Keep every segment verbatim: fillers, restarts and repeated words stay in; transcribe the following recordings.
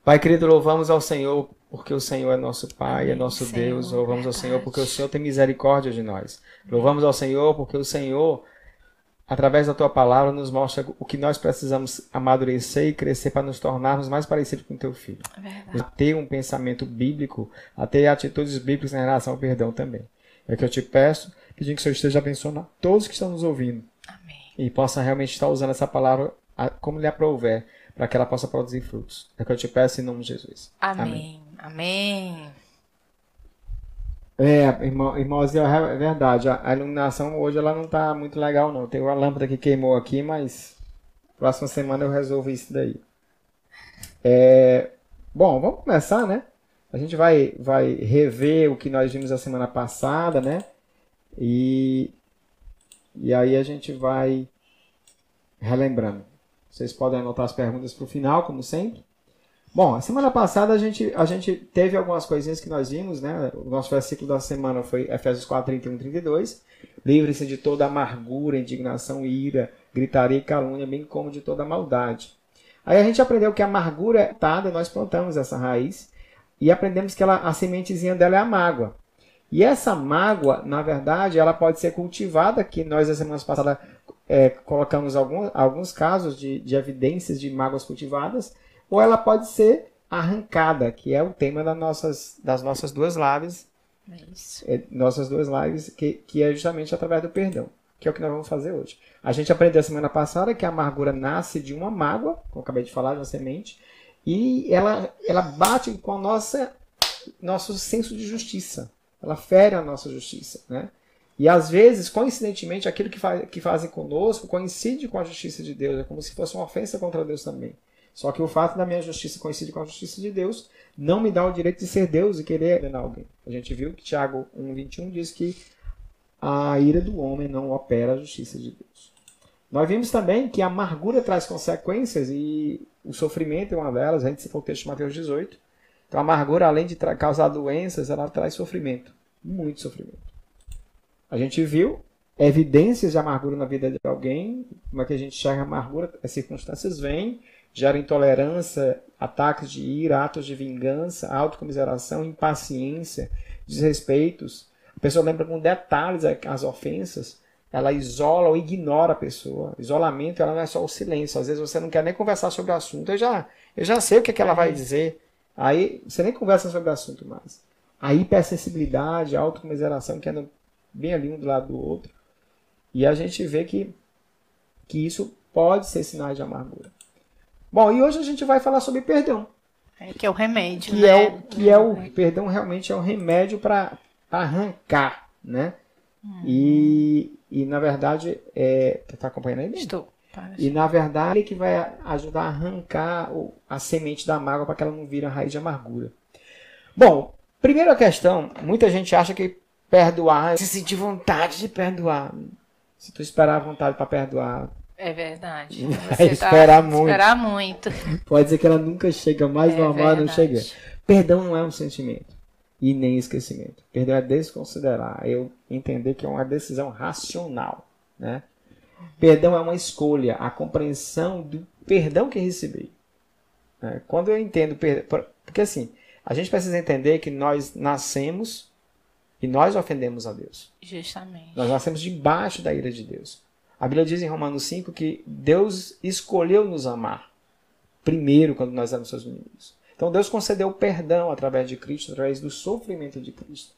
Pai querido, louvamos ao Senhor porque o Senhor é nosso Pai, é Amém, nosso Senhor, Deus. Louvamos ao Senhor porque o verdade. Senhor tem misericórdia de nós. Louvamos ao Senhor porque o Senhor, através da tua palavra, nos mostra o que nós precisamos amadurecer e crescer para nos tornarmos mais parecidos com o teu Filho. É A verdade. ter um pensamento bíblico, a ter atitudes bíblicas em relação ao perdão também. É o que eu te peço, pedindo que o Senhor esteja abençoando a todos que estão nos ouvindo Amém. e possa realmente estar usando essa palavra a- como lhe aprouver, para que ela possa produzir frutos. É o que eu te peço em nome de Jesus. Amém. Amém. É, irmão, irmãozinho, é verdade. A, a iluminação hoje ela não tá muito legal, não. Tem uma lâmpada que queimou aqui, mas próxima semana eu resolvo isso daí. É, bom, vamos começar, né? A gente vai, vai rever o que nós vimos a semana passada, né? E, e aí a gente vai relembrando. Vocês podem anotar as perguntas para o final, como sempre. Bom, a semana passada a gente, a gente teve algumas coisinhas que nós vimos, né? O nosso versículo da semana foi Efésios quatro, trinta e um e trinta e dois. Livre-se de toda amargura, indignação, ira, gritaria e calúnia, bem como de toda maldade. Aí a gente aprendeu que a amargura é plantada, nós plantamos essa raiz, e aprendemos que ela, a sementezinha dela é a mágoa. E essa mágoa, na verdade, ela pode ser cultivada, que nós, na semana passada, é, colocamos alguns, alguns casos de, de evidências de mágoas cultivadas, ou ela pode ser arrancada, que é o tema das nossas, das nossas duas lives, É isso. é, nossas duas lives, que, que é justamente através do perdão, que é o que nós vamos fazer hoje. A gente aprendeu a semana passada que a amargura nasce de uma mágoa, como eu acabei de falar, de uma semente, e ela, ela bate com a nossa, nosso senso de justiça. Ela fere a nossa justiça, né? E às vezes, coincidentemente, aquilo que, faz, que fazem conosco coincide com a justiça de Deus, é como se fosse uma ofensa contra Deus também. Só que o fato da minha justiça coincidir com a justiça de Deus não me dá o direito de ser Deus e querer condenar alguém. A gente viu que Tiago um, vinte e um diz que a ira do homem não opera a justiça de Deus. Nós vimos também que a amargura traz consequências e o sofrimento é uma delas. A gente citou o texto de Mateus dezoito. Então a amargura, além de causar doenças, ela traz sofrimento. Muito sofrimento. A gente viu evidências de amargura na vida de alguém, como é que a gente enxerga a amargura, as circunstâncias vêm, gera intolerância, ataques de ira, atos de vingança, autocomiseração, impaciência, desrespeitos. A pessoa lembra com detalhes as ofensas, ela isola ou ignora a pessoa. Isolamento, ela não é só o silêncio. Às vezes você não quer nem conversar sobre o assunto. Eu já, eu já sei o que, é que ela vai dizer. Aí você nem conversa sobre o assunto mais. A hipersensibilidade, a autocomiseração, que andam bem ali um do lado do outro. E a gente vê que, que isso pode ser sinais de amargura. Bom, e hoje a gente vai falar sobre perdão. É que é o remédio, Que, né? é, o, que é o perdão realmente é o remédio para arrancar, né? Hum. E, e, na verdade, é, tu está acompanhando aí? Estou. Para. E, na verdade, é que vai ajudar a arrancar o, a semente da mágoa para que ela não vire a raiz de amargura. Bom, primeira questão, muita gente acha que perdoar, se sentir vontade de perdoar. Se tu esperar a vontade para perdoar, é verdade. Vai Você esperar tá, muito. Esperar muito. Pode ser que ela nunca chega, mais é normal não verdade. chega. Perdão não é um sentimento e nem esquecimento. Perdão é desconsiderar, eu entender que é uma decisão racional, né? Perdão é uma escolha, a compreensão do perdão que recebi. Né? Quando eu entendo perdão, porque assim, a gente precisa entender que nós nascemos e nós ofendemos a Deus. Justamente. Nós nascemos debaixo da ira de Deus. A Bíblia diz em Romanos cinco que Deus escolheu nos amar primeiro quando nós éramos seus inimigos. Então Deus concedeu o perdão através de Cristo, através do sofrimento de Cristo.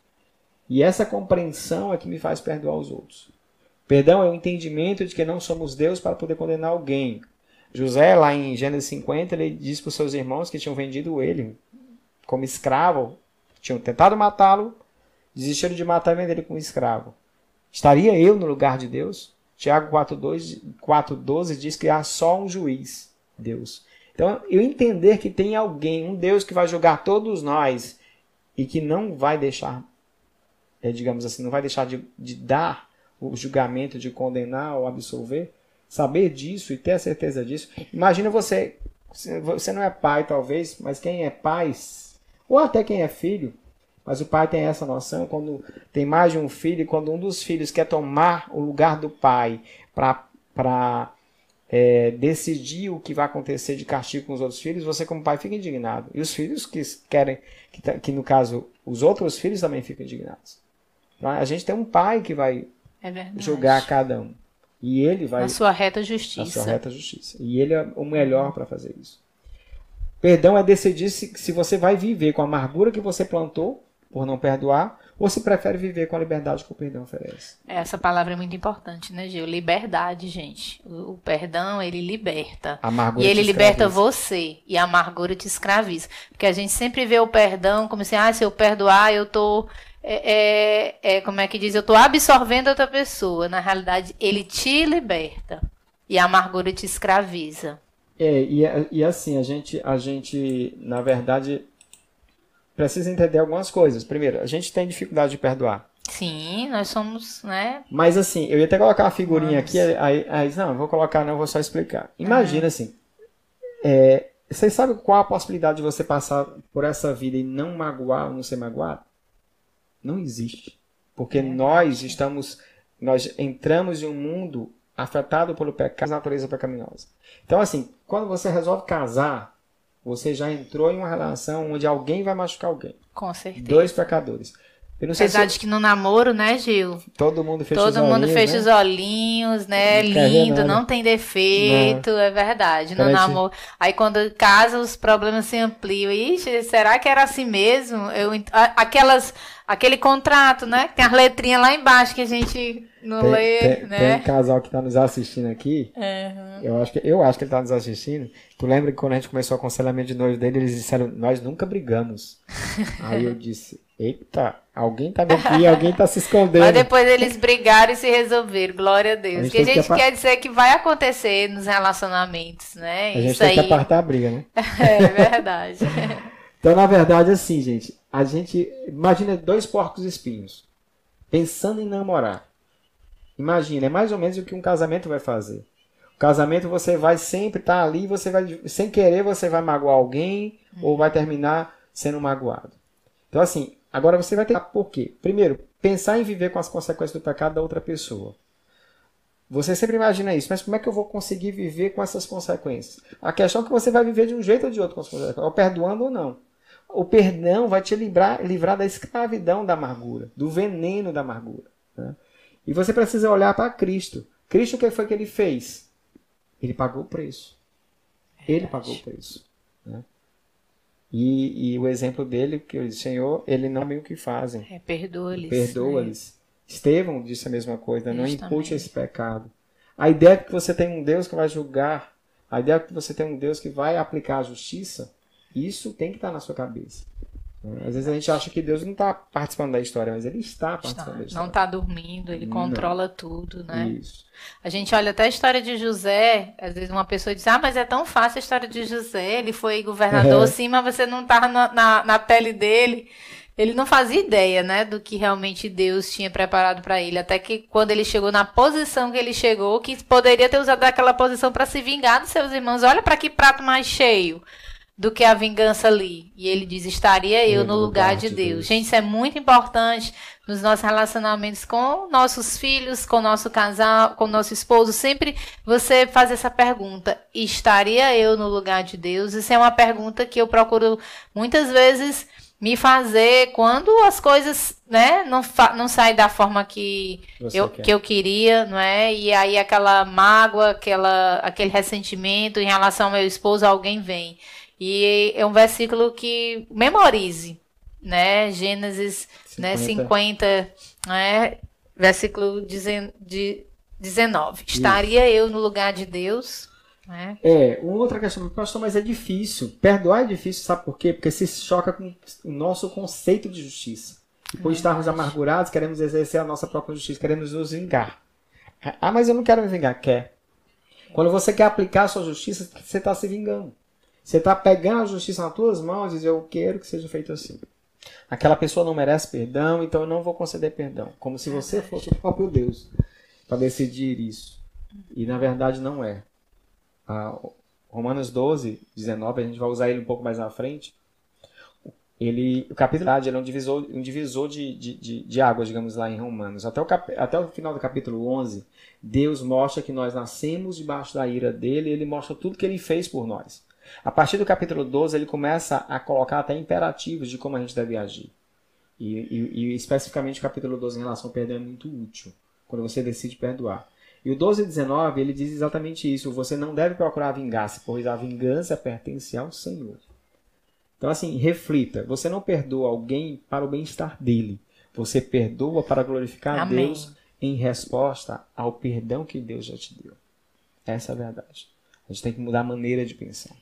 E essa compreensão é que me faz perdoar os outros. Perdão é o entendimento de que não somos Deus para poder condenar alguém. José, lá em Gênesis cinquenta, ele diz para os seus irmãos que tinham vendido ele como escravo, tinham tentado matá-lo, desistiram de matar e vender ele como escravo. Estaria eu no lugar de Deus? Tiago quatro, doze diz que há só um juiz, Deus. Então, eu entender que tem alguém, um Deus que vai julgar todos nós e que não vai deixar, é, digamos assim, não vai deixar de, de dar o julgamento, de condenar ou absolver, saber disso e ter a certeza disso. Imagina você, você não é pai talvez, mas quem é pai, ou até quem é filho, mas o pai tem essa noção, quando tem mais de um filho, quando um dos filhos quer tomar o lugar do pai para é, decidir o que vai acontecer de castigo com os outros filhos, você como pai fica indignado. E os filhos que querem, que, que no caso, os outros filhos também ficam indignados. Então, a gente tem um pai que vai É verdade. julgar cada um. E ele vai... Na sua reta justiça. Na sua reta justiça. E ele é o melhor para fazer isso. Perdão é decidir se, se você vai viver com a amargura que você plantou por não perdoar, ou se prefere viver com a liberdade que o perdão oferece. Essa palavra é muito importante, né, Gil? Liberdade, gente. O, o perdão, ele liberta. A amargura e ele te liberta escraviza. você. E a amargura te escraviza. Porque a gente sempre vê o perdão como assim, ah, se eu perdoar, eu tô... É, é, é, como é que diz? Eu tô absorvendo outra pessoa. Na realidade, ele te liberta. E a amargura te escraviza. É, e, e assim, a gente, a gente, na verdade, precisa entender algumas coisas. Primeiro, a gente tem dificuldade de perdoar. Sim, nós somos, né? Mas assim, eu ia até colocar uma figurinha Humanos. aqui, aí, aí não, eu vou colocar não, eu vou só explicar. Imagina assim, é, vocês sabem qual a possibilidade de você passar por essa vida e não magoar ou não ser magoado? Não existe. Porque nós estamos, nós entramos em um mundo afetado pelo pecado, natureza pecaminosa. Então assim, quando você resolve casar, você já entrou em uma relação onde alguém vai machucar alguém. Com certeza. Dois pecadores. Eu não sei Apesar se de que no namoro, né, Gil? todo mundo fecha Todo os mundo olhinhos, fecha né? os olhinhos, né? Não quer ver Lindo, nada. não tem defeito, é verdade. No Parece- namoro. Aí quando casa, os problemas se ampliam. Ixi, será que era assim mesmo? Eu, ent- a- aquelas, aquele contrato, né? Tem as letrinhas lá embaixo que a gente não Tem, lê, tem- tem né? um casal que está nos assistindo aqui. Eu acho que, eu acho que ele está nos assistindo. Tu lembra que quando a gente começou o aconselhamento de noivo dele, eles disseram, nós nunca brigamos. Aí eu disse, eita, alguém tá aqui, alguém tá se escondendo. Mas depois eles brigaram e se resolveram, glória a A Deus. gente Que a teve que gente apa- quer dizer que vai acontecer nos relacionamentos, né? A gente Isso tem aí que apartar a briga, né? é verdade. Então, na verdade, assim, gente, a gente imagina dois porcos espinhos pensando em namorar. Imagina, é mais ou menos o que um casamento vai fazer. O casamento você vai sempre estar ali, você vai, sem querer, você vai magoar alguém ou vai terminar sendo magoado. Então, assim, agora você vai ter por quê? Primeiro, pensar em viver com as consequências do pecado da outra pessoa. Você sempre imagina isso, mas como é que eu vou conseguir viver com essas consequências? A questão é que você vai viver de um jeito ou de outro com as consequências, ou perdoando ou não. O perdão vai te livrar, livrar da escravidão da amargura, do veneno da amargura. Né? E você precisa olhar para Cristo. Cristo, o que foi que ele fez? Ele pagou o preço. Ele pagou o preço. Né? E, e o exemplo dele, que eu disse, Senhor, ele não sabe o que fazem. É, perdoa-lhes. Perdoa-lhes. Estevão disse a mesma coisa, não Justamente. impute esse pecado. A ideia de que você tem um Deus que vai julgar, a ideia de que você tem um Deus que vai aplicar a justiça, isso tem que estar na sua cabeça. Às vezes a gente acha que Deus não está participando da história, mas Ele está participando Está. da história. Não está dormindo, ele Não. controla tudo, né? Isso. A gente olha até a história de José, às vezes uma pessoa diz, ah, mas é tão fácil a história de José, ele foi governador, É. sim, mas você não estava na, na, na pele dele. Ele não fazia ideia, né, do que realmente Deus tinha preparado para ele, até que quando ele chegou na posição que ele chegou, que poderia ter usado aquela posição para se vingar dos seus irmãos. Olha para que prato mais cheio do que a vingança ali. E ele diz, estaria eu no lugar de Deus. Gente, isso é muito importante nos nossos relacionamentos com nossos filhos, com nosso casal, com nosso esposo. Sempre você faz essa pergunta, estaria eu no lugar de Deus? Isso é uma pergunta que eu procuro muitas vezes me fazer quando as coisas, né, não, fa- não saem da forma que Você eu, quer. que eu queria, não é? E aí aquela mágoa, aquela, aquele ressentimento em relação ao meu esposo, alguém vem. E é um versículo que memorize, né? Gênesis né, cinquenta, né? Versículo dezen- de dezenove. Estaria eu no lugar de Deus, né? É, uma outra questão, pastor, mas é difícil. Perdoar é difícil, sabe por quê? Porque se choca com o nosso conceito de justiça. E por estarmos amargurados, queremos exercer a nossa própria justiça, queremos nos vingar. Ah, mas eu não quero me vingar. Quer. Quando você quer aplicar a sua justiça, você está se vingando. Você está pegando a justiça nas tuas mãos e diz, eu quero que seja feito assim. Aquela pessoa não merece perdão, então eu não vou conceder perdão. Como se você fosse o próprio Deus para decidir isso. E na verdade não é. Ah, Romanos doze, dezenove, a gente vai usar ele um pouco mais à frente. ele, o capítulo ele é um divisor, um divisor de, de, de, de águas, digamos lá em Romanos. Até o, cap, até o final do capítulo onze, Deus mostra que nós nascemos debaixo da ira dele e ele mostra tudo que ele fez por nós. A partir do capítulo doze, ele começa a colocar até imperativos de como a gente deve agir. E, e, e especificamente o capítulo doze em relação ao perdão é muito útil, quando você decide perdoar. E o doze e dezenove, ele diz exatamente isso. Você não deve procurar vingar-se, pois a vingança pertence ao Senhor. Então, assim, reflita. Você não perdoa alguém para o bem-estar dele. Você perdoa para glorificar a Deus em resposta ao perdão que Deus já te deu. Essa é a verdade. A gente tem que mudar a maneira de pensar.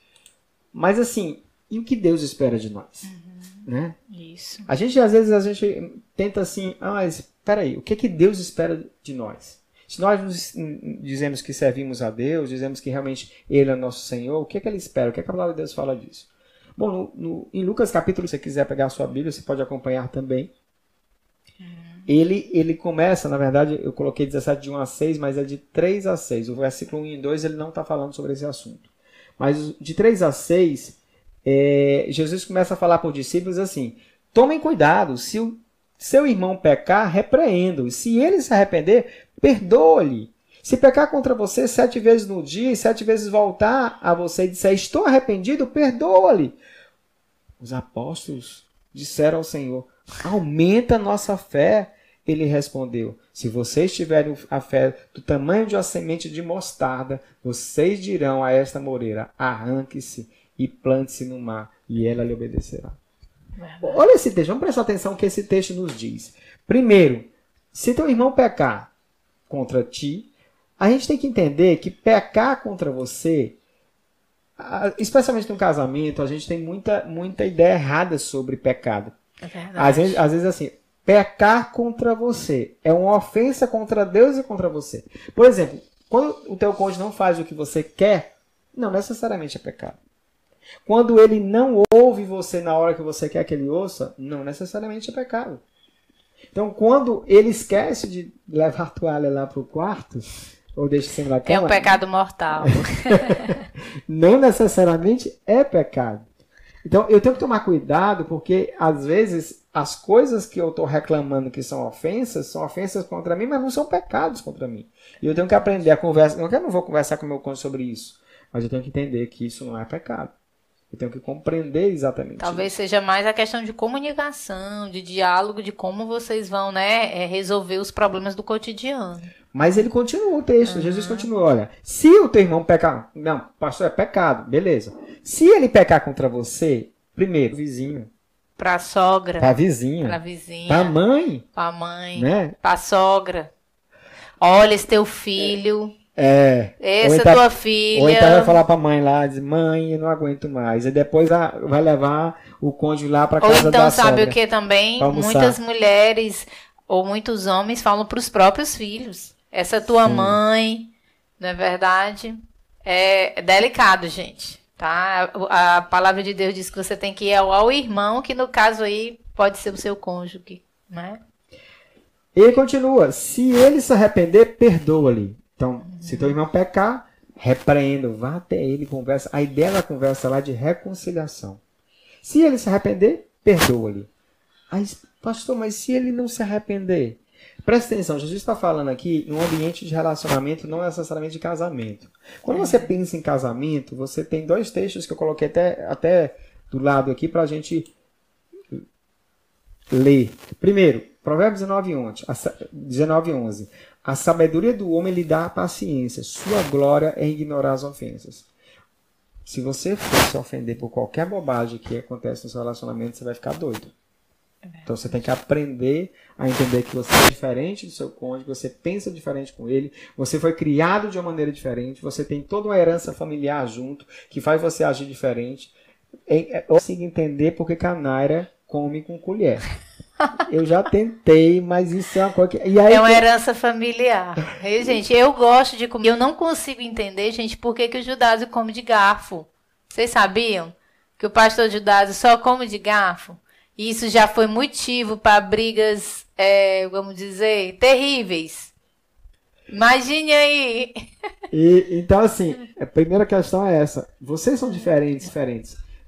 Mas, assim, e o que Deus espera de nós? Uhum. Né? Isso. A gente, às vezes, a gente tenta assim, ah, mas, peraí, o que, que Deus espera de nós? Se nós nos dizemos que servimos a Deus, dizemos que realmente Ele é nosso Senhor, o que, que Ele espera? O que, que a palavra de Deus fala disso? Bom, no, no, em Lucas capítulo, se você quiser pegar a sua Bíblia, você pode acompanhar também. Uhum. Ele, ele começa, na verdade, eu coloquei dezessete de um a seis, mas é de três a seis. O versículo um e dois, ele não está falando sobre esse assunto. Mas de três a seis, é, Jesus começa a falar para os discípulos assim, tomem cuidado, se o seu irmão pecar, repreenda-o. Se ele se arrepender, perdoa-lhe. Se pecar contra você sete vezes no dia e sete vezes voltar a você e disser, estou arrependido, perdoa-lhe. Os apóstolos disseram ao Senhor, aumenta a nossa fé. Ele respondeu, se vocês tiverem a fé do tamanho de uma semente de mostarda, vocês dirão a esta moreira, arranque-se e plante-se no mar, e ela lhe obedecerá. Olha esse texto, vamos prestar atenção no que esse texto nos diz. Primeiro, se teu irmão pecar contra ti, a gente tem que entender que pecar contra você, especialmente no casamento, a gente tem muita, muita ideia errada sobre pecado. É verdade. Às vezes, às vezes assim, pecar contra você é uma ofensa contra Deus e contra você. Por exemplo, quando o teu cônjuge não faz o que você quer, não necessariamente é pecado. Quando ele não ouve você na hora que você quer que ele ouça, não necessariamente é pecado. Então, quando ele esquece de levar a toalha lá para o quarto, ou deixa em cima da cama... É um pecado mortal. Não necessariamente é pecado. Então, eu tenho que tomar cuidado, porque, às vezes, as coisas que eu estou reclamando que são ofensas, são ofensas contra mim, mas não são pecados contra mim. E eu tenho que aprender a conversar... Não que eu não vou conversar com o meu cônjuge sobre isso, mas eu tenho que entender que isso não é pecado. Eu tenho que compreender exatamente Talvez isso. seja mais a questão de comunicação, de diálogo, de como vocês vão, né, resolver os problemas do cotidiano. Mas ele continua o texto, uhum. Jesus continua, olha, se o teu irmão pecar, não, pastor, é pecado, beleza. Se ele pecar contra você, primeiro, vizinho. Pra sogra. Pra vizinha. Pra vizinha. Pra mãe. Pra mãe. Né? Pra sogra. Olha esse teu filho... É. Essa é então, tua filha. Ou então vai falar pra mãe lá, diz, mãe, eu não aguento mais. E depois vai levar o cônjuge lá pra casa da sogra. Ou então, sabe o que também? Muitas mulheres ou muitos homens falam pros próprios filhos. Essa é tua Sim. mãe, não é verdade? É delicado, gente. Tá? A palavra de Deus diz que você tem que ir ao, ao irmão, que no caso aí pode ser o seu cônjuge, né? Ele continua, se ele se arrepender, perdoa-lhe. Então, se teu irmão pecar, repreenda, vá até ele, conversa. A ideia da conversa lá é de reconciliação. Se ele se arrepender, perdoa-lhe. Aí, pastor, mas se ele não se arrepender? Presta atenção, Jesus está falando aqui em um ambiente de relacionamento, não necessariamente de casamento. Quando você pensa em casamento, você tem dois textos que eu coloquei até, até do lado aqui para a gente ler. Primeiro, Provérbios dezenove, onze. A sabedoria do homem lhe dá a paciência. Sua glória é ignorar as ofensas. Se você for se ofender por qualquer bobagem que acontece no seu relacionamento, você vai ficar doido. Então você tem que aprender a entender que você é diferente do seu cônjuge, você pensa diferente com ele, você foi criado de uma maneira diferente, você tem toda uma herança familiar junto que faz você agir diferente. Eu consigo entender porque que a Naira come com colher. Eu já tentei, mas isso é uma coisa que... E aí, é uma herança familiar. E, gente, eu gosto de comer. Eu não consigo entender, gente, por que, que o Judásio come de garfo. Vocês sabiam que o pastor Judásio só come de garfo? E isso já foi motivo para brigas, é, vamos dizer, terríveis. Imagine aí. E, então, assim, a primeira questão é essa. Vocês são diferentes, diferentes.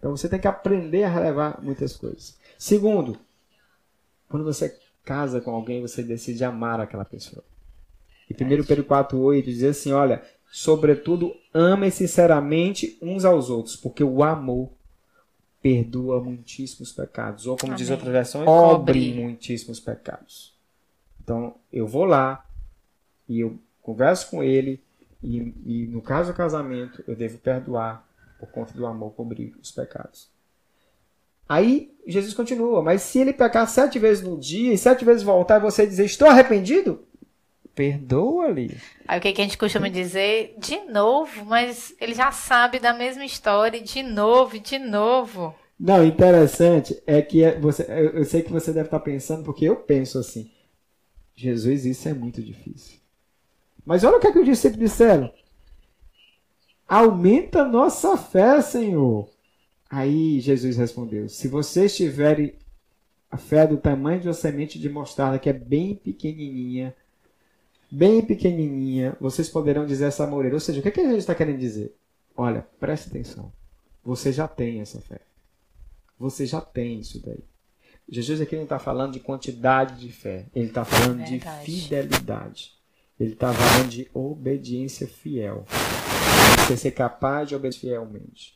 Então você tem que aprender a relevar muitas coisas. Segundo, quando você casa com alguém, você decide amar aquela pessoa. E primeiro Pedro quatro, oito diz assim, olha, sobretudo amem sinceramente uns aos outros, porque o amor perdoa muitíssimos pecados. Ou como Amém. Diz outra versão, cobre muitíssimos pecados. Então, eu vou lá e eu converso com ele e, e no caso do casamento, eu devo perdoar por conta do amor cobrir os pecados. Aí, Jesus continua, mas se ele pecar sete vezes no dia e sete vezes voltar e você dizer, estou arrependido, perdoa-lhe. Aí o que, que a gente costuma dizer? De novo, mas ele já sabe da mesma história, de novo, de novo. Não, interessante é que você, eu sei que você deve estar pensando, porque eu penso assim, Jesus, isso é muito difícil. Mas olha o que, é que os discípulos disseram. Aumenta a nossa fé, Senhor. Aí Jesus respondeu, se vocês tiverem a fé do tamanho de uma semente de mostarda, que é bem pequenininha, bem pequenininha, vocês poderão dizer essa moreira. Ou seja, o que, é que Jesus está querendo dizer? Olha, preste atenção. Você já tem essa fé. Você já tem isso daí. Jesus aqui não está falando de quantidade de fé. Ele está falando Verdade. de fidelidade. Ele está falando de obediência fiel. Você ser capaz de obedecer fielmente.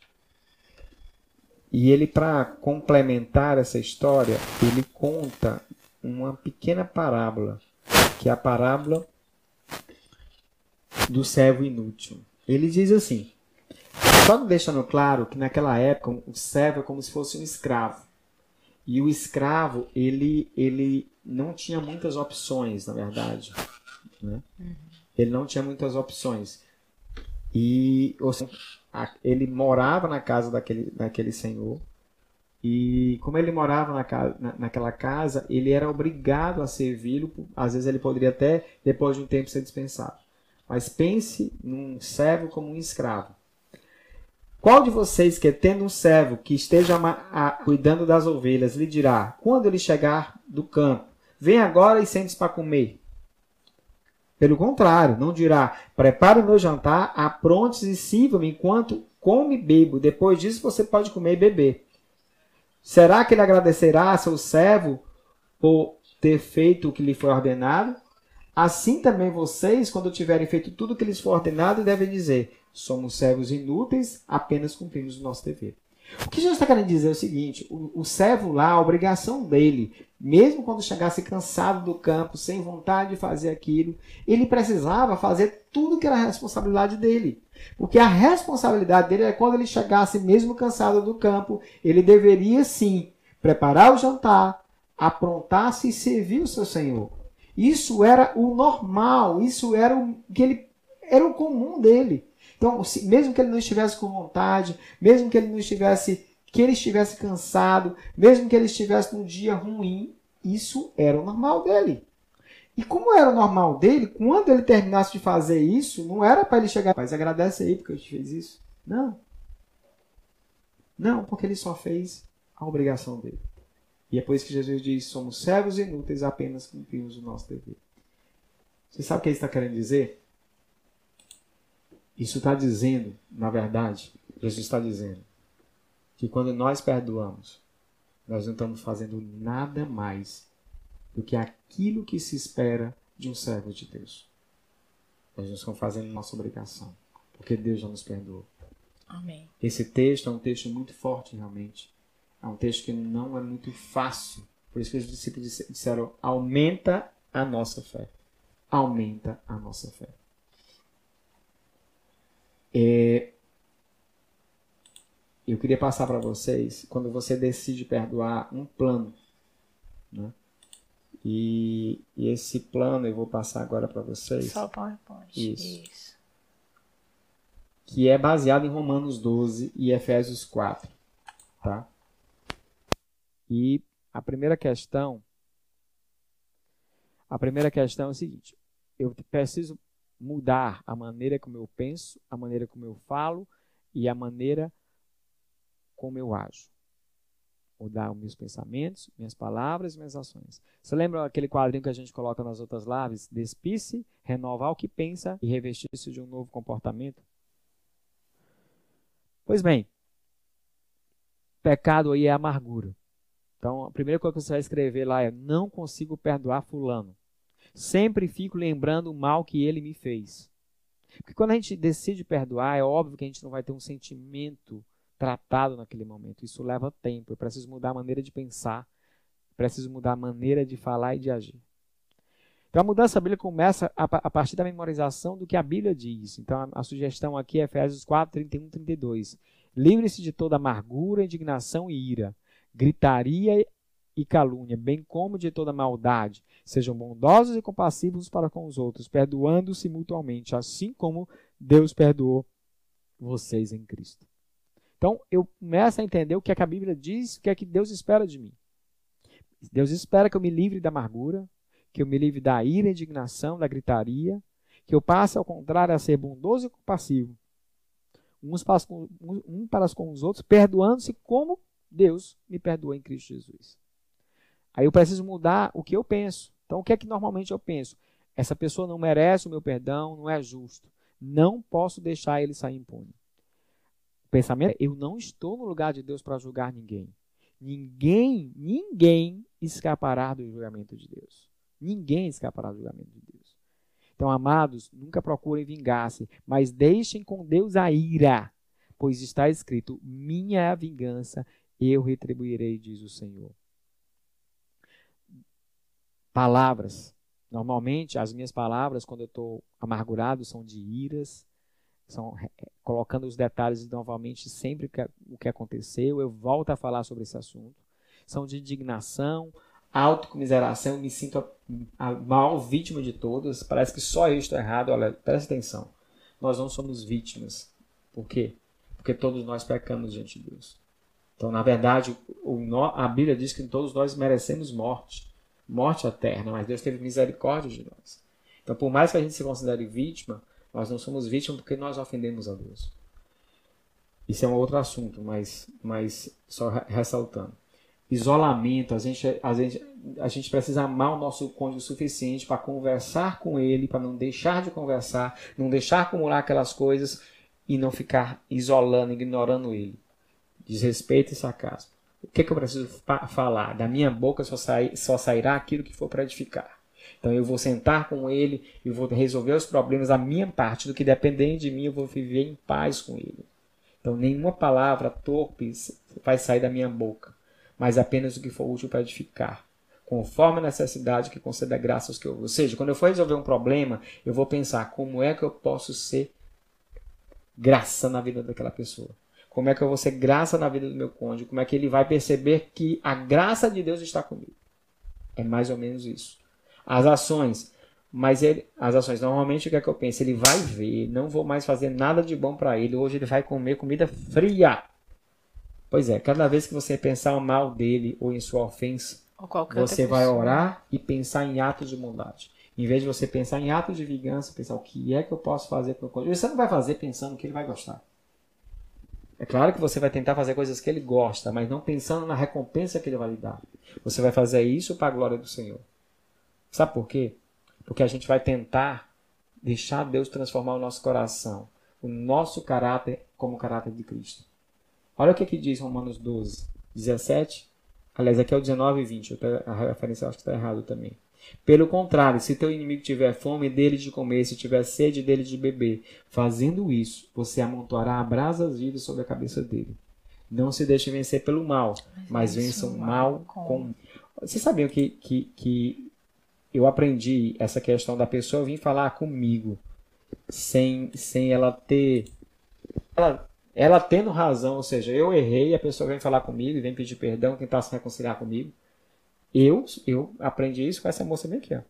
E ele, para complementar essa história, ele conta uma pequena parábola, que é a parábola do servo inútil. Ele diz assim, só deixando claro que naquela época o servo é como se fosse um escravo. E o escravo, ele, ele não tinha muitas opções, na verdade. Né? Uhum. Ele não tinha muitas opções. E ou seja, ele morava na casa daquele, daquele senhor. E como ele morava na casa, na, naquela casa, ele era obrigado a servi-lo. Às vezes ele poderia até, depois de um tempo, ser dispensado. Mas pense num servo como um escravo. Qual de vocês que, tendo um servo que esteja a, a, cuidando das ovelhas, lhe dirá, quando ele chegar do campo, vem agora e sente-se para comer? Pelo contrário, não dirá, prepare o meu jantar, apronte-se e sirva-me enquanto como e bebo. Depois disso você pode comer e beber. Será que ele agradecerá a seu servo por ter feito o que lhe foi ordenado? Assim também vocês, quando tiverem feito tudo o que lhes foi ordenado, devem dizer, somos servos inúteis, apenas cumprimos o nosso dever. O que Jesus está querendo dizer é o seguinte, o, o servo lá, a obrigação dele, mesmo quando chegasse cansado do campo, sem vontade de fazer aquilo, ele precisava fazer tudo que era a responsabilidade dele. Porque a responsabilidade dele é quando ele chegasse mesmo cansado do campo, ele deveria sim preparar o jantar, aprontar-se e servir o seu Senhor. Isso era o normal, isso era o que ele era o comum dele. Então, mesmo que ele não estivesse com vontade, mesmo que ele não estivesse, que ele estivesse cansado, mesmo que ele estivesse num dia ruim, isso era o normal dele. E como era o normal dele, quando ele terminasse de fazer isso, não era para ele chegar, mas agradece aí porque eu te fiz isso. Não. Não, porque ele só fez a obrigação dele. E é por isso que Jesus diz, somos servos inúteis, apenas cumprimos o nosso dever. Você sabe o que ele está querendo dizer? Isso está dizendo, na verdade, Jesus está dizendo, que quando nós perdoamos, nós não estamos fazendo nada mais do que aquilo que se espera de um servo de Deus. Nós não estamos fazendo nossa obrigação, porque Deus já nos perdoou. Amém. Esse texto é um texto muito forte, realmente. É um texto que não é muito fácil. Por isso que os discípulos disseram, aumenta a nossa fé. Aumenta a nossa fé. É, eu queria passar para vocês, quando você decide perdoar, um plano. Né? E, e esse plano eu vou passar agora para vocês. Só o PowerPoint. Isso. Isso. Que é baseado em Romanos doze e Efésios quatro. Tá? E a primeira questão, a primeira questão é o seguinte, eu preciso mudar a maneira como eu penso, a maneira como eu falo e a maneira como eu ajo. Mudar os meus pensamentos, minhas palavras e minhas ações. Você lembra aquele quadrinho que a gente coloca nas outras lives? Despisse, renovar o que pensa e revestir-se de um novo comportamento? Pois bem, pecado aí é a amargura. Então, a primeira coisa que você vai escrever lá é: não consigo perdoar fulano. Sempre fico lembrando o mal que ele me fez. Porque quando a gente decide perdoar, é óbvio que a gente não vai ter um sentimento tratado naquele momento. Isso leva tempo. Eu preciso mudar a maneira de pensar. Preciso mudar a maneira de falar e de agir. Então, a mudança bíblica começa a, a partir da memorização do que a Bíblia diz. Então, a, a sugestão aqui é Efésios quatro, trinta e um, trinta e dois. Livre-se de toda amargura, indignação e ira, gritaria e calúnia, bem como de toda maldade. Sejam bondosos e compassivos para com os outros, perdoando-se mutuamente, assim como Deus perdoou vocês em Cristo. Então, eu começo a entender o que é que a Bíblia diz, o que é que Deus espera de mim. Deus espera que eu me livre da amargura, que eu me livre da ira, indignação, da gritaria, que eu passe, ao contrário, a ser bondoso e compassivo, uns para, com, um para com os outros, perdoando-se como Deus me perdoou em Cristo Jesus. Aí eu preciso mudar o que eu penso. Então, o que é que normalmente eu penso? Essa pessoa não merece o meu perdão, não é justo. Não posso deixar ele sair impune. O pensamento é: eu não estou no lugar de Deus para julgar ninguém. Ninguém, ninguém escapará do julgamento de Deus. Ninguém escapará do julgamento de Deus. Então, amados, nunca procurem vingar-se, mas deixem com Deus a ira, pois está escrito: minha é a vingança, eu retribuirei, diz o Senhor. Palavras. Normalmente, as minhas palavras, quando eu estou amargurado, são de iras, são é, colocando os detalhes novamente sempre que, o que aconteceu, eu volto a falar sobre esse assunto. São de indignação, autocomiseração, eu me sinto a, a maior vítima de todas, parece que só eu estou errado. Olha, presta atenção, nós não somos vítimas. Por quê? Porque todos nós pecamos diante de Deus. Então, na verdade, o, a Bíblia diz que todos nós merecemos morte, morte eterna, mas Deus teve misericórdia de nós. Então, por mais que a gente se considere vítima, nós não somos vítimas porque nós ofendemos a Deus. Isso é um outro assunto, mas, mas só ressaltando. Isolamento, a gente, a, gente, a gente precisa amar o nosso cônjuge o suficiente para conversar com ele, para não deixar de conversar, não deixar acumular aquelas coisas e não ficar isolando, ignorando ele. Desrespeito e sarcasmo. O que, é que eu preciso falar? Da minha boca só, sair, só sairá aquilo que for para edificar. Então eu vou sentar com ele e vou resolver os problemas da minha parte, do que depender de mim, eu vou viver em paz com ele. Então nenhuma palavra torpe vai sair da minha boca, mas apenas o que for útil para edificar, conforme a necessidade que conceda graça aos que eu... Ou seja, quando eu for resolver um problema, eu vou pensar: como é que eu posso ser graça na vida daquela pessoa? Como é que eu vou ser graça na vida do meu cônjuge? Como é que ele vai perceber que a graça de Deus está comigo? É mais ou menos isso. As ações, mas ele, as ações, normalmente o que é que eu penso? Ele vai ver, não vou mais fazer nada de bom para ele, hoje ele vai comer comida fria. Pois é, cada vez que você pensar mal dele ou em sua ofensa, você vai orar e pensar em atos de bondade. Em vez de você pensar em atos de vingança, pensar: o que é que eu posso fazer para o cônjuge? Você não vai fazer pensando que ele vai gostar. É claro que você vai tentar fazer coisas que ele gosta, mas não pensando na recompensa que ele vai lhe dar. Você vai fazer isso para a glória do Senhor. Sabe por quê? Porque a gente vai tentar deixar Deus transformar o nosso coração, o nosso caráter como o caráter de Cristo. Olha o que, que diz Romanos doze, dezessete. Aliás, aqui é o dezenove e vinte. A referência eu acho que está errado também. Pelo contrário, se teu inimigo tiver fome, dele de comer; se tiver sede, dele de beber. Fazendo isso, você amontoará brasas vivas sobre a cabeça dele. Não se deixe vencer pelo mal, mas, mas vença o mal com... com... Vocês sabiam que, que, que eu aprendi essa questão da pessoa vir falar comigo sem, sem ela ter... Ela, ela tendo razão, ou seja, eu errei, a pessoa vem falar comigo e vem pedir perdão, tentar se reconciliar comigo. Eu, eu aprendi isso com essa moça bem aqui, ó.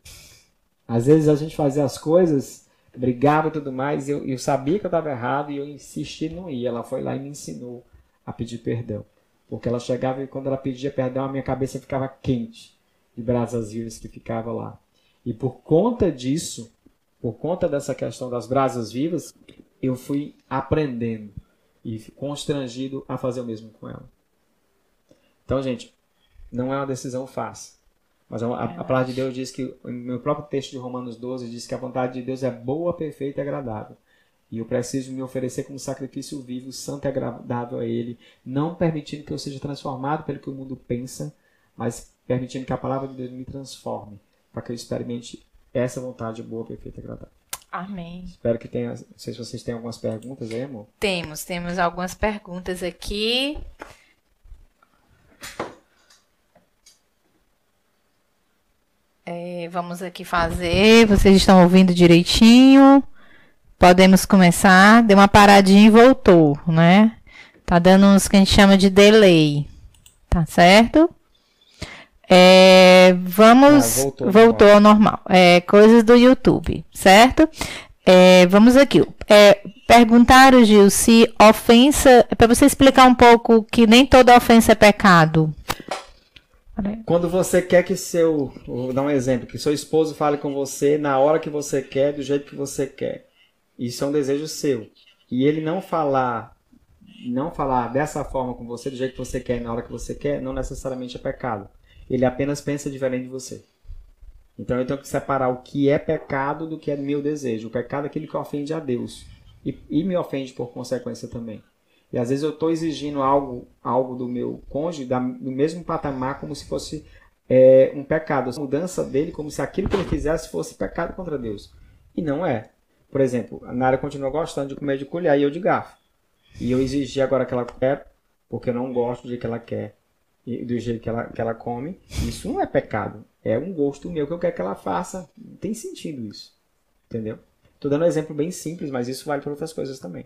Às vezes a gente fazia as coisas, brigava e tudo mais, eu, eu sabia que eu estava errado e eu insisti em não ir. Ela foi lá e me ensinou a pedir perdão. Porque ela chegava e quando ela pedia perdão, a minha cabeça ficava quente de brasas vivas que ficava lá. E por conta disso, por conta dessa questão das brasas vivas, eu fui aprendendo e constrangido a fazer o mesmo com ela. Então, gente, não é uma decisão fácil. Mas a, a palavra de Deus diz que, no meu próprio texto de Romanos doze, diz que a vontade de Deus é boa, perfeita e agradável. E eu preciso me oferecer como sacrifício vivo, santo e agradável a Ele, não permitindo que eu seja transformado pelo que o mundo pensa, mas permitindo que a palavra de Deus me transforme, para que eu experimente essa vontade boa, perfeita e agradável. Amém. Espero que tenha. Não sei se vocês têm algumas perguntas aí, amor. Temos, temos algumas perguntas aqui. É, vamos aqui fazer. Vocês estão ouvindo direitinho? Podemos começar. Deu uma paradinha e voltou, né? Tá dando uns que a gente chama de delay. Tá certo? É, vamos. Ah, voltou, voltou ao normal. É, coisas do YouTube, certo? É, vamos aqui. É, perguntaram, Gil, se ofensa. É para você explicar um pouco que nem toda ofensa é pecado. Quando você quer que seu. Vou dar um exemplo. Que seu esposo fale com você na hora que você quer, do jeito que você quer. Isso é um desejo seu. E ele não falar, não falar dessa forma com você, do jeito que você quer, na hora que você quer, não necessariamente é pecado. Ele apenas pensa diferente de você. Então eu tenho que separar o que é pecado do que é meu desejo. O pecado é aquilo que ofende a Deus. E, e me ofende por consequência também. E às vezes eu estou exigindo algo, algo do meu cônjuge, da, do mesmo patamar, como se fosse é, um pecado. A mudança dele, como se aquilo que ele fizesse fosse pecado contra Deus. E não é. Por exemplo, a Nara continua gostando de comer de colher e eu de garfo. E eu exigi agora que ela quer, porque eu não gosto do jeito que ela quer e do jeito que ela, que ela come. Isso não é pecado. É um gosto meu que eu quero que ela faça. Não tem sentido isso. Entendeu? Estou dando um exemplo bem simples, mas isso vale para outras coisas também.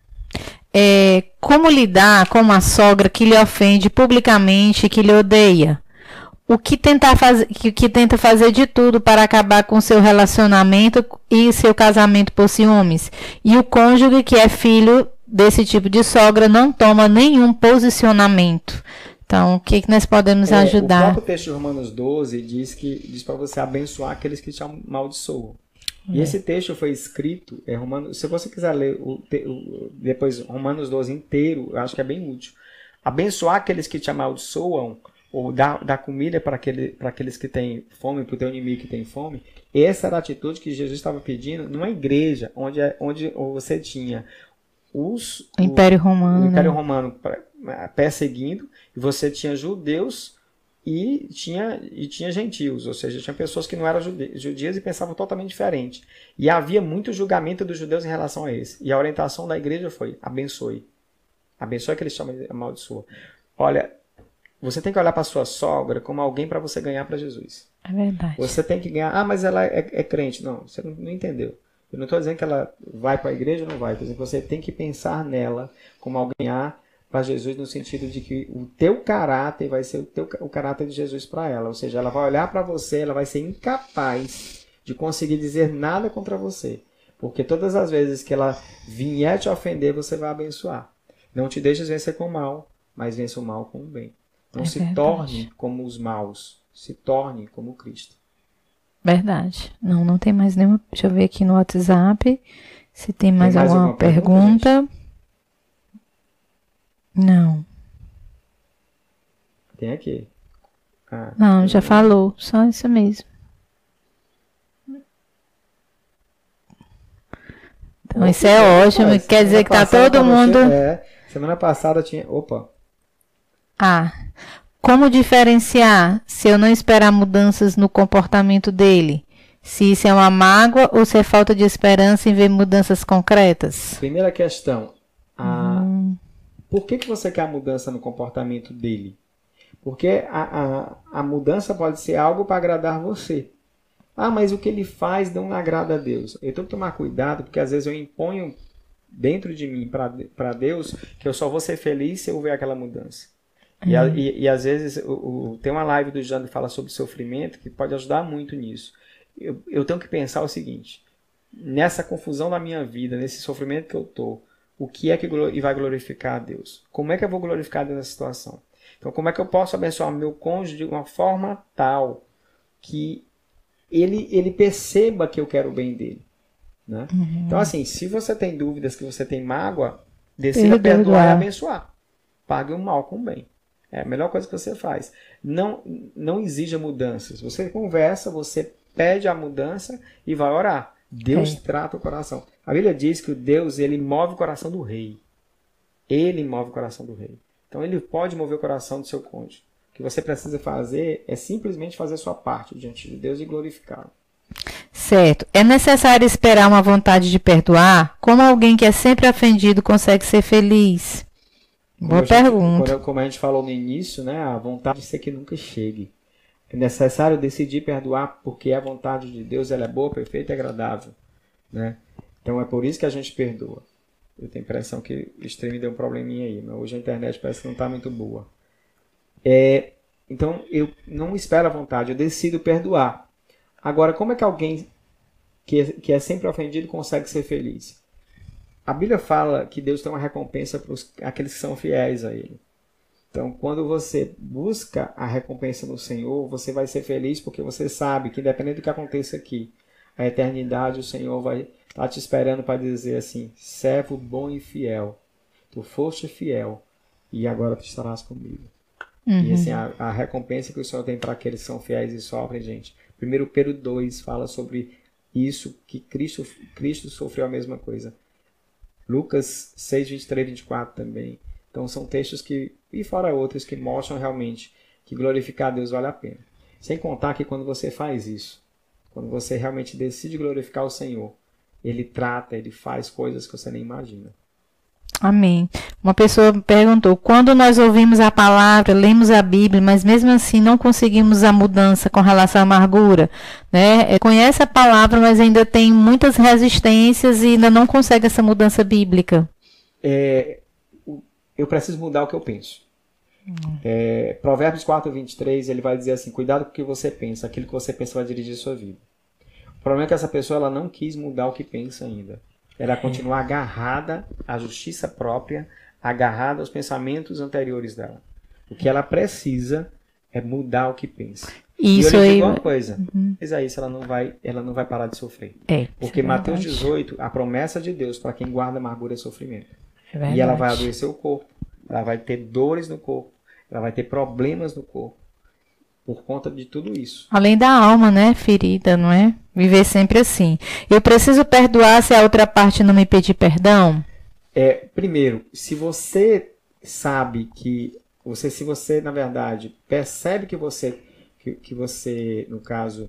É, como lidar com uma sogra que lhe ofende publicamente, que lhe odeia? O que, tentar faz... que, que tenta fazer de tudo para acabar com seu relacionamento e seu casamento por ciúmes. E o cônjuge, que é filho desse tipo de sogra, não toma nenhum posicionamento. Então, o que, que nós podemos é, ajudar? O próprio texto de Romanos doze diz, que, diz para você abençoar aqueles que te amaldiçoam. É. E esse texto foi escrito, é Romanos, se você quiser ler o, o, depois Romanos doze inteiro, eu acho que é bem útil. Abençoar aqueles que te amaldiçoam, ou dar, dar comida para aquele, para aqueles que têm fome, para o teu inimigo que tem fome, essa era a atitude que Jesus estava pedindo numa igreja onde, onde você tinha os, o Império Romano, o Império né? Romano perseguindo, e você tinha judeus e tinha, e tinha gentios, ou seja, tinha pessoas que não eram jude, judias e pensavam totalmente diferente. E havia muito julgamento dos judeus em relação a esse. E a orientação da igreja foi: abençoe. Abençoe que eles chamam de amaldiçoa. Olha, você tem que olhar para sua sogra como alguém para você ganhar para Jesus. É verdade. Você tem que ganhar. Ah, mas ela é, é crente. Não, você não, não entendeu. Eu não estou dizendo que ela vai para a igreja ou não vai. Estou dizendo que você tem que pensar nela como alguém ganhar para Jesus, no sentido de que o teu caráter vai ser o, teu, o caráter de Jesus para ela. Ou seja, ela vai olhar para você, ela vai ser incapaz de conseguir dizer nada contra você. Porque todas as vezes que ela vier te ofender, você vai abençoar. Não te deixes vencer com o mal, mas vença o mal com o bem. Não é se verdade. torne como os maus, se torne como Cristo. Verdade. Não, não tem mais nenhuma. Deixa eu ver aqui no WhatsApp se tem mais, tem mais alguma, alguma pergunta. pergunta não. Tem aqui. Ah, não, já falou. Só isso mesmo. Então, isso é ótimo. Rapaz, quer dizer que tá todo mundo... É, semana passada tinha... Opa. Ah, como diferenciar se eu não esperar mudanças no comportamento dele? Se isso é uma mágoa ou se é falta de esperança em ver mudanças concretas? Primeira questão. A... Hum. Por que, que você quer a mudança no comportamento dele? Porque a, a, a mudança pode ser algo para agradar você. Ah, mas o que ele faz não agrada a Deus. Eu tenho que tomar cuidado, porque às vezes eu imponho dentro de mim para Deus que eu só vou ser feliz se eu ver aquela mudança. E, Uhum. e, e às vezes o, o, tem uma live do Jando que fala sobre sofrimento, que pode ajudar muito nisso. Eu, eu tenho que pensar o seguinte: nessa confusão da minha vida, nesse sofrimento que eu estou, o que é que vai glorificar a Deus? Como é que eu vou glorificar a Deus nessa situação? Então, como é que eu posso abençoar meu cônjuge de uma forma tal que ele, ele perceba que eu quero o bem dele? Né? Uhum. Então, assim, se você tem dúvidas, que você tem mágoa, decida perdoar e abençoar. Pague o mal com o bem. É a melhor coisa que você faz. Não, não exija mudanças. Você conversa, você pede a mudança e vai orar. Deus É. trata o coração. A Bíblia diz que o Deus, ele move o coração do rei. Ele move o coração do rei. Então ele pode mover o coração do seu cônjuge. O que você precisa fazer é simplesmente fazer a sua parte diante de Deus e glorificá-lo. Certo. É necessário esperar uma vontade de perdoar? Como alguém que é sempre ofendido consegue ser feliz? Boa Como a gente- pergunta. quando- como a gente falou no início, né, a vontade de ser que nunca chegue. É necessário decidir perdoar porque a vontade de Deus ela é boa, perfeita e agradável. Né? Então é por isso que a gente perdoa. Eu tenho a impressão que o stream deu um probleminha aí, mas hoje a internet parece que não está muito boa. É, então eu não espero a vontade, eu decido perdoar. Agora, como é que alguém que é, que é sempre ofendido consegue ser feliz? A Bíblia fala que Deus tem uma recompensa para aqueles que são fiéis a Ele. Então, quando você busca a recompensa no Senhor, você vai ser feliz porque você sabe que, independente do que aconteça aqui, a eternidade, o Senhor vai estar te esperando para dizer assim: servo bom e fiel, tu foste fiel e agora tu estarás comigo. Uhum. E assim, a, a recompensa que o Senhor tem para aqueles que são fiéis e sofrem, gente. primeiro Pedro dois fala sobre isso, que Cristo, Cristo sofreu a mesma coisa. Lucas seis, vinte e três, vinte e quatro também. Então são textos que, e fora outros, que mostram realmente que glorificar a Deus vale a pena. Sem contar que quando você faz isso, quando você realmente decide glorificar o Senhor, Ele trata, Ele faz coisas que você nem imagina. Amém. Uma pessoa perguntou: quando nós ouvimos a palavra, lemos a Bíblia, mas mesmo assim não conseguimos a mudança com relação à amargura, né? Conhece a palavra, mas ainda tem muitas resistências e ainda não consegue essa mudança bíblica. É, eu preciso mudar o que eu penso. Hum. É, Provérbios quatro, vinte e três, ele vai dizer assim: cuidado com o que você pensa, aquilo que você pensa vai dirigir a sua vida. O problema é que essa pessoa ela não quis mudar o que pensa ainda. Ela continua agarrada à justiça própria, agarrada aos pensamentos anteriores dela. O que ela precisa é mudar o que pensa. Isso e eu lhe aí... digo uma coisa, uhum. Mas aí ela não vai, ela não vai parar de sofrer. É, Porque é Mateus dezoito, a promessa de Deus para quem guarda amargura é sofrimento. É e ela vai adoecer o corpo, ela vai ter dores no corpo, ela vai ter problemas no corpo. Por conta de tudo isso. Além da alma, né, ferida, não é? Viver sempre assim. Eu preciso perdoar se a outra parte não me pedir perdão? É, primeiro, se você sabe que você, se você na verdade percebe que você, que, que você, no caso,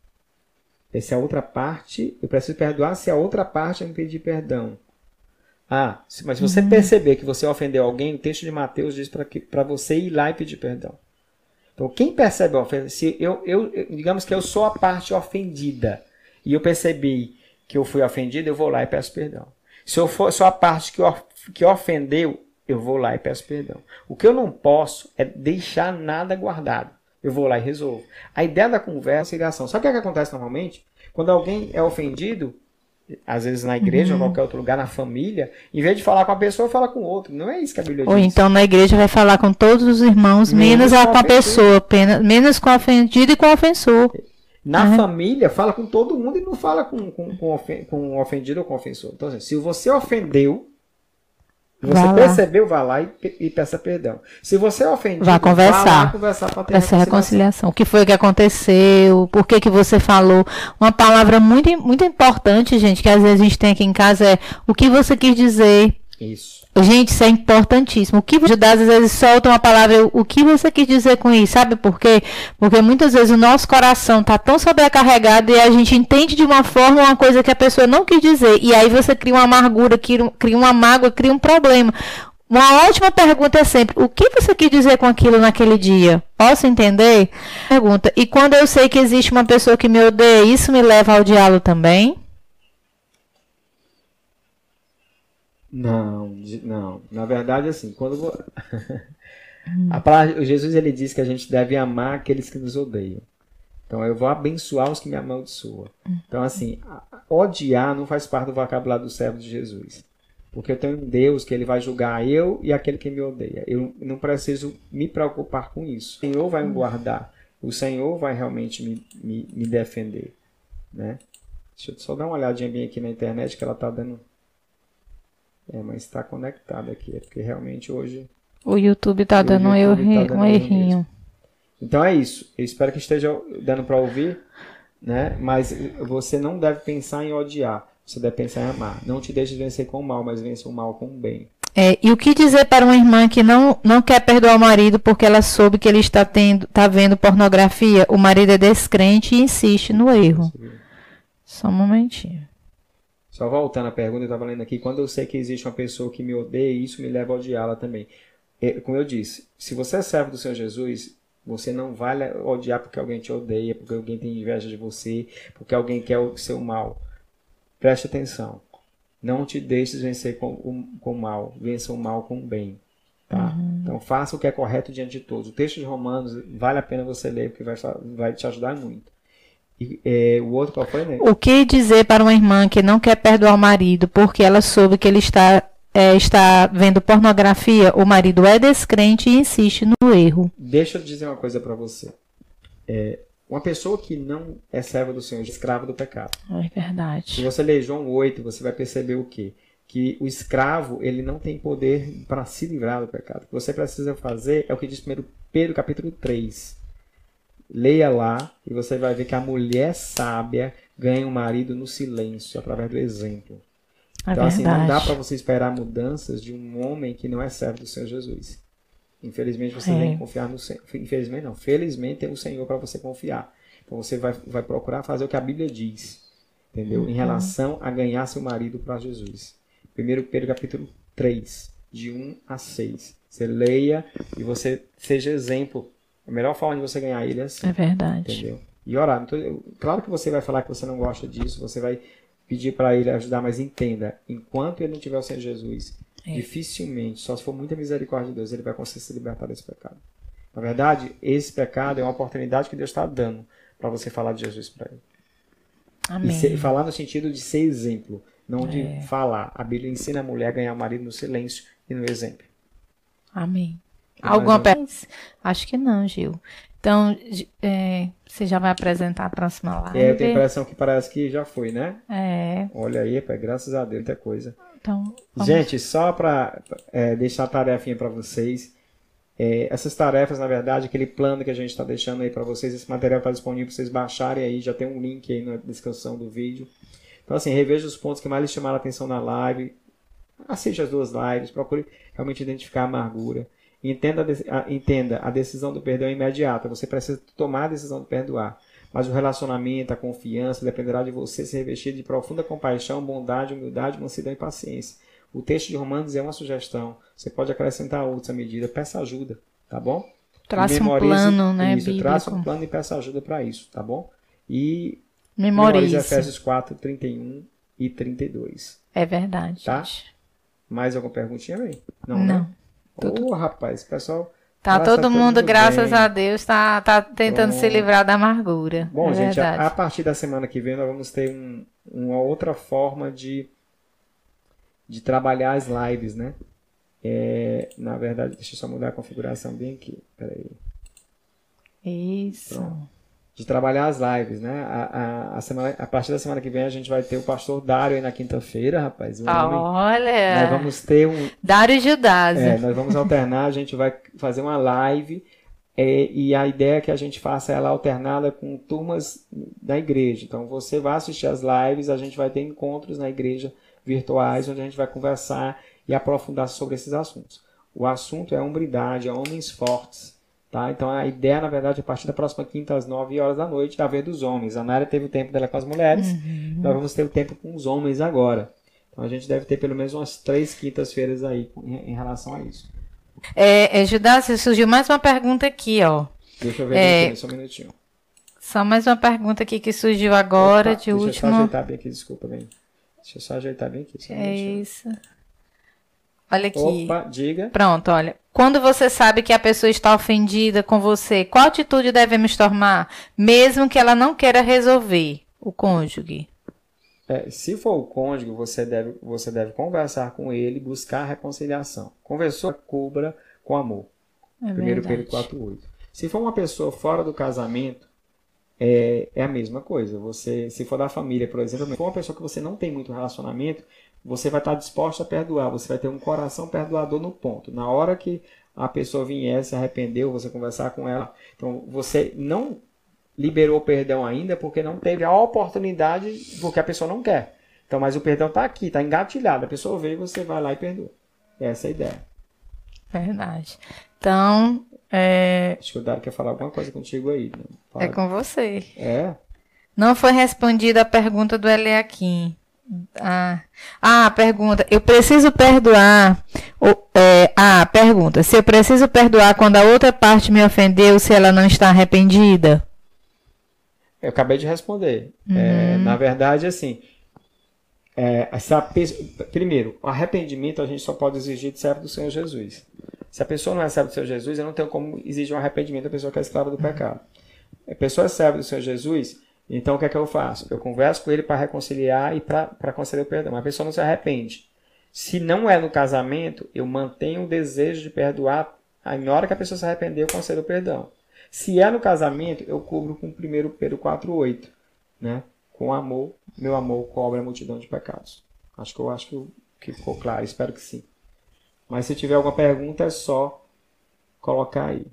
se a outra parte, eu preciso perdoar se a outra parte me pedir perdão. Ah, mas se você uhum. perceber que você ofendeu alguém, o texto de Mateus diz para você ir lá e pedir perdão. Então, quem percebe a ofensa, se eu, eu, digamos que eu sou a parte ofendida e eu percebi que eu fui ofendido, eu vou lá e peço perdão. Se eu for, sou a parte que, que ofendeu, eu vou lá e peço perdão. O que eu não posso é deixar nada guardado. Eu vou lá e resolvo. A ideia da conversa é ligação. Sabe o que, é que acontece normalmente? Quando alguém é ofendido, às vezes na igreja uhum. ou qualquer outro lugar, na família, em vez de falar com a pessoa, fala com o outro. Não é isso que a Bíblia Ou diz. Ou então na igreja vai falar com todos os irmãos, menos, menos a, com a pessoa, pena, menos com o ofendido e com o ofensor. Na uhum. família, fala com todo mundo e não fala com, com, com, ofen com o ofendido ou com o ofensor. Então, assim, se você ofendeu, você vai percebeu, vá lá e, e peça perdão. Se você é ofendido, vai conversar, vá lá conversar para ter essa reconciliação. reconciliação. O que foi que aconteceu? Por que que você falou? Uma palavra muito, muito importante, gente, que às vezes a gente tem aqui em casa é o que você quis dizer. Isso. Gente, isso é importantíssimo. O que você às vezes solta uma palavra, o que você quis dizer com isso? Sabe por quê? Porque muitas vezes o nosso coração está tão sobrecarregado e a gente entende de uma forma uma coisa que a pessoa não quis dizer. E aí você cria uma amargura, cria uma mágoa, cria um problema. Uma ótima pergunta é sempre, o que você quis dizer com aquilo naquele dia? Posso entender? Pergunta, e quando eu sei que existe uma pessoa que me odeia, isso me leva ao diálogo também? Não, não. Na verdade, assim, quando a palavra, Jesus ele diz que a gente deve amar aqueles que nos odeiam. Então eu vou abençoar os que me amaldiçoam. Então assim, odiar não faz parte do vocabulário do servo de Jesus. Porque eu tenho um Deus que ele vai julgar eu e aquele que me odeia. Eu não preciso me preocupar com isso. O Senhor vai me guardar. O Senhor vai realmente me, me, me defender. Né? Deixa eu só dar uma olhadinha bem aqui na internet que ela está dando... É, mas está conectado aqui. É porque realmente hoje... O YouTube está dando, um, tá dando um errinho. Então é isso. Eu espero que esteja dando para ouvir. né? Mas você não deve pensar em odiar, você deve pensar em amar. Não te deixe vencer com o mal, mas vença o mal com o bem. É, e o que dizer para uma irmã que não, não quer perdoar o marido porque ela soube que ele está tendo, está vendo pornografia? O marido é descrente e insiste no erro. Só um momentinho. Só voltando à pergunta, eu estava lendo aqui. Quando eu sei que existe uma pessoa que me odeia, isso me leva a odiá-la também. É, como eu disse, se você é servo do Senhor Jesus, você não vai odiar porque alguém te odeia, porque alguém tem inveja de você, porque alguém quer o seu mal. Preste atenção. Não te deixes vencer com o com mal. Vença o mal com o bem. Tá? Uhum. Então faça o que é correto diante de todos. O texto de Romanos vale a pena você ler, porque vai, vai te ajudar muito. E, é, o outro qual foi, né? O que dizer para uma irmã que não quer perdoar o marido porque ela soube que ele está, é, está vendo pornografia? O marido é descrente e insiste no erro. Deixa eu dizer uma coisa para você. É, uma pessoa que não é serva do Senhor é escrava do pecado. É verdade. Se você ler João oito, você vai perceber o quê? Que o escravo ele não tem poder para se livrar do pecado. O que você precisa fazer é o que diz primeiro Pedro capítulo três. Leia lá e você vai ver que a mulher sábia ganha um marido no silêncio, através do exemplo. É então, verdade. assim, não dá para você esperar mudanças de um homem que não é servo do Senhor Jesus. Infelizmente, você é. tem que confiar no Senhor. Infelizmente, não. Felizmente, tem o Senhor para você confiar. Então, você vai, vai procurar fazer o que a Bíblia diz. Entendeu? Uhum. Em relação a ganhar seu marido para Jesus. primeiro Pedro capítulo três, de um a seis. Você leia e você seja exemplo. A melhor forma de você ganhar ele é assim. É verdade. Entendeu? E orar. Então, claro que você vai falar que você não gosta disso, você vai pedir para ele ajudar, mas entenda, enquanto ele não tiver o Senhor Jesus, é. dificilmente, só se for muita misericórdia de Deus, ele vai conseguir se libertar desse pecado. Na verdade, esse pecado é uma oportunidade que Deus está dando para você falar de Jesus para ele. Amém. E ser, falar no sentido de ser exemplo, não é. de falar. A Bíblia ensina a mulher a ganhar o marido no silêncio e no exemplo. Amém. Alguma pergunta? Acho que não, Gil. Então, é, você já vai apresentar a próxima live? É, eu tenho a impressão que parece que já foi, né? É. Olha aí, pai, graças a Deus, muita coisa. Então, vamos... Gente, só para é, deixar a tarefinha para vocês. É, essas tarefas, na verdade, aquele plano que a gente está deixando aí para vocês, esse material está disponível para vocês baixarem aí, já tem um link aí na descrição do vídeo. Então, assim, reveja os pontos que mais lhes chamaram a atenção na live. Assista as duas lives, procure realmente identificar a amargura. Entenda a, entenda, a decisão do perdão é imediata. Você precisa tomar a decisão de perdoar. Mas o relacionamento, a confiança, dependerá de você se revestir de profunda compaixão, bondade, humildade, mansidão e paciência. O texto de Romanos é uma sugestão. Você pode acrescentar outra medida. Peça ajuda, tá bom? Traça um plano, né, isso, bíblico. Traça um plano e peça ajuda para isso, tá bom? E memorize. memorize Efésios quatro, trinta e um e trinta e dois. É verdade, tá? gente. Mais alguma perguntinha, bem? Não, Não. Né? Ô, Tudo... oh, rapaz, pessoal... Tá todo, todo mundo, graças bem. a Deus, tá, tá tentando Bom. se livrar da amargura. Bom, é gente, a, verdade. a partir da semana que vem nós vamos ter um, uma outra forma de, de trabalhar as lives, né? É, na verdade, deixa eu só mudar a configuração bem aqui. Peraí. Isso. Pronto. De trabalhar as lives, né? A, a, a, semana, a partir da semana que vem a gente vai ter o pastor Dário aí na quinta-feira, rapaz. Um ah, homem, olha! nós vamos ter um... Dário Judas. É, nós vamos alternar, a gente vai fazer uma live é, e a ideia é que a gente faça ela alternada com turmas da igreja. Então você vai assistir as lives, a gente vai ter encontros na igreja virtuais onde a gente vai conversar e aprofundar sobre esses assuntos. O assunto é hombridade, é homens fortes. Tá? Então a ideia, na verdade, é a partir da próxima quinta às nove horas da noite, a vez dos homens. A Nária teve o tempo dela com as mulheres, uhum. Nós vamos ter o tempo com os homens agora. Então a gente deve ter pelo menos umas três quintas-feiras aí em, em relação a isso. É, é, Judas, surgiu mais uma pergunta aqui, ó. Deixa eu ver é, aqui, só um minutinho. Só mais uma pergunta aqui que surgiu agora, Opa, de deixa último. Deixa eu só ajeitar bem aqui, desculpa, bem. Deixa eu só ajeitar bem aqui. Só um é minutinho. isso. Olha aqui. Opa, diga. Pronto, olha. Quando você sabe que a pessoa está ofendida com você, qual atitude devemos tomar, mesmo que ela não queira resolver? O cônjuge. É, se for o cônjuge, você deve, você deve conversar com ele, buscar a reconciliação. Conversou, cubra com amor. É primeiro Pedro quatro, oito. Se for uma pessoa fora do casamento, é, é a mesma coisa. Você, se for da família, por exemplo, se for uma pessoa que você não tem muito relacionamento, você vai estar disposto a perdoar, você vai ter um coração perdoador no ponto. Na hora que a pessoa vier, se arrependeu, você conversar com ela, então você não liberou o perdão ainda porque não teve a oportunidade, porque a pessoa não quer. Então, mas o perdão está aqui, está engatilhado. A pessoa veio e você vai lá e perdoa. Essa é a ideia. Verdade. Então, é... acho que o Dário quer falar alguma coisa contigo aí. Né? É com você. É? Não foi respondida a pergunta do Eliakim. Ah, ah, pergunta. Eu preciso perdoar. Ou, é, ah, pergunta. Se eu preciso perdoar quando a outra parte me ofendeu, se ela não está arrependida? Eu acabei de responder. Uhum. É, na verdade, assim. É, essa, primeiro, o arrependimento a gente só pode exigir de servo do Senhor Jesus. Se a pessoa não é servo do Senhor Jesus, eu não tenho como exigir um arrependimento da pessoa que é escrava do pecado. A pessoa é serva do Senhor Jesus, então o que é que eu faço? Eu converso com ele para reconciliar e para conceder o perdão. Mas a pessoa não se arrepende. Se não é no casamento, eu mantenho o desejo de perdoar. Aí, na hora que a pessoa se arrepender, eu concedo o perdão. Se é no casamento, eu cubro com o primeiro Pedro quatro oito, né? Com amor, meu amor cobre a multidão de pecados. Acho que eu acho que, que ficou claro, espero que sim. Mas se tiver alguma pergunta, é só colocar aí.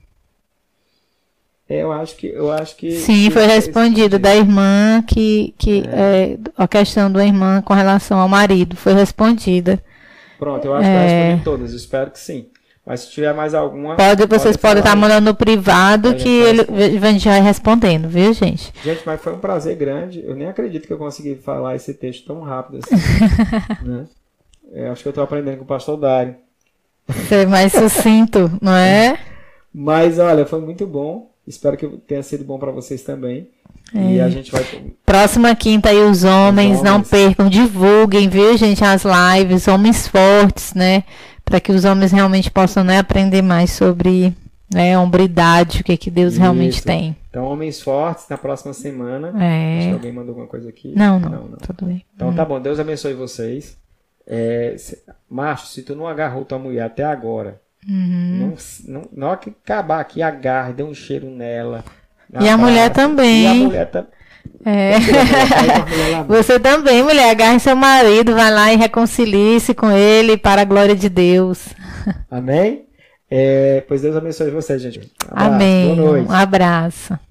É, eu acho que eu acho que sim, que foi respondido respondido. da irmã que que é. É, a questão da irmã com relação ao marido foi respondida. Pronto, eu acho é. que eu respondi todas, espero que sim. Mas se tiver mais alguma, pode, vocês podem estar mandando no privado a que ele a gente vai respondendo, viu, gente? Gente, mas foi um prazer grande. Eu nem acredito que eu consegui falar esse texto tão rápido assim. Né? Eu acho que eu estou aprendendo com o pastor Dário. Ser mais sucinto, não é? Mas olha, foi muito bom. Espero que tenha sido bom para vocês também. É. E a gente vai. Próxima quinta aí os homens, os homens, não percam, divulguem, viu, gente, as lives, homens fortes, né? Para que os homens realmente possam, né, aprender mais sobre, né, a hombridade, o que, que Deus Isso. realmente tem. Então, homens fortes na próxima semana. É. Acho que alguém mandou alguma coisa aqui. Não, não, não, não. Tudo bem. Então hum. tá bom, Deus abençoe vocês. É, se, macho, se tu não agarrou tua mulher até agora, uhum. não, não, na hora que acabar aqui, agarre, dê um cheiro nela. E a mulher também. E a mulher também. É. Você também, mulher, agarre seu marido, vai lá e reconcilie-se com ele para a glória de Deus. Amém? É, pois Deus abençoe vocês, gente. Um abraço. Amém. Boa noite. Um abraço.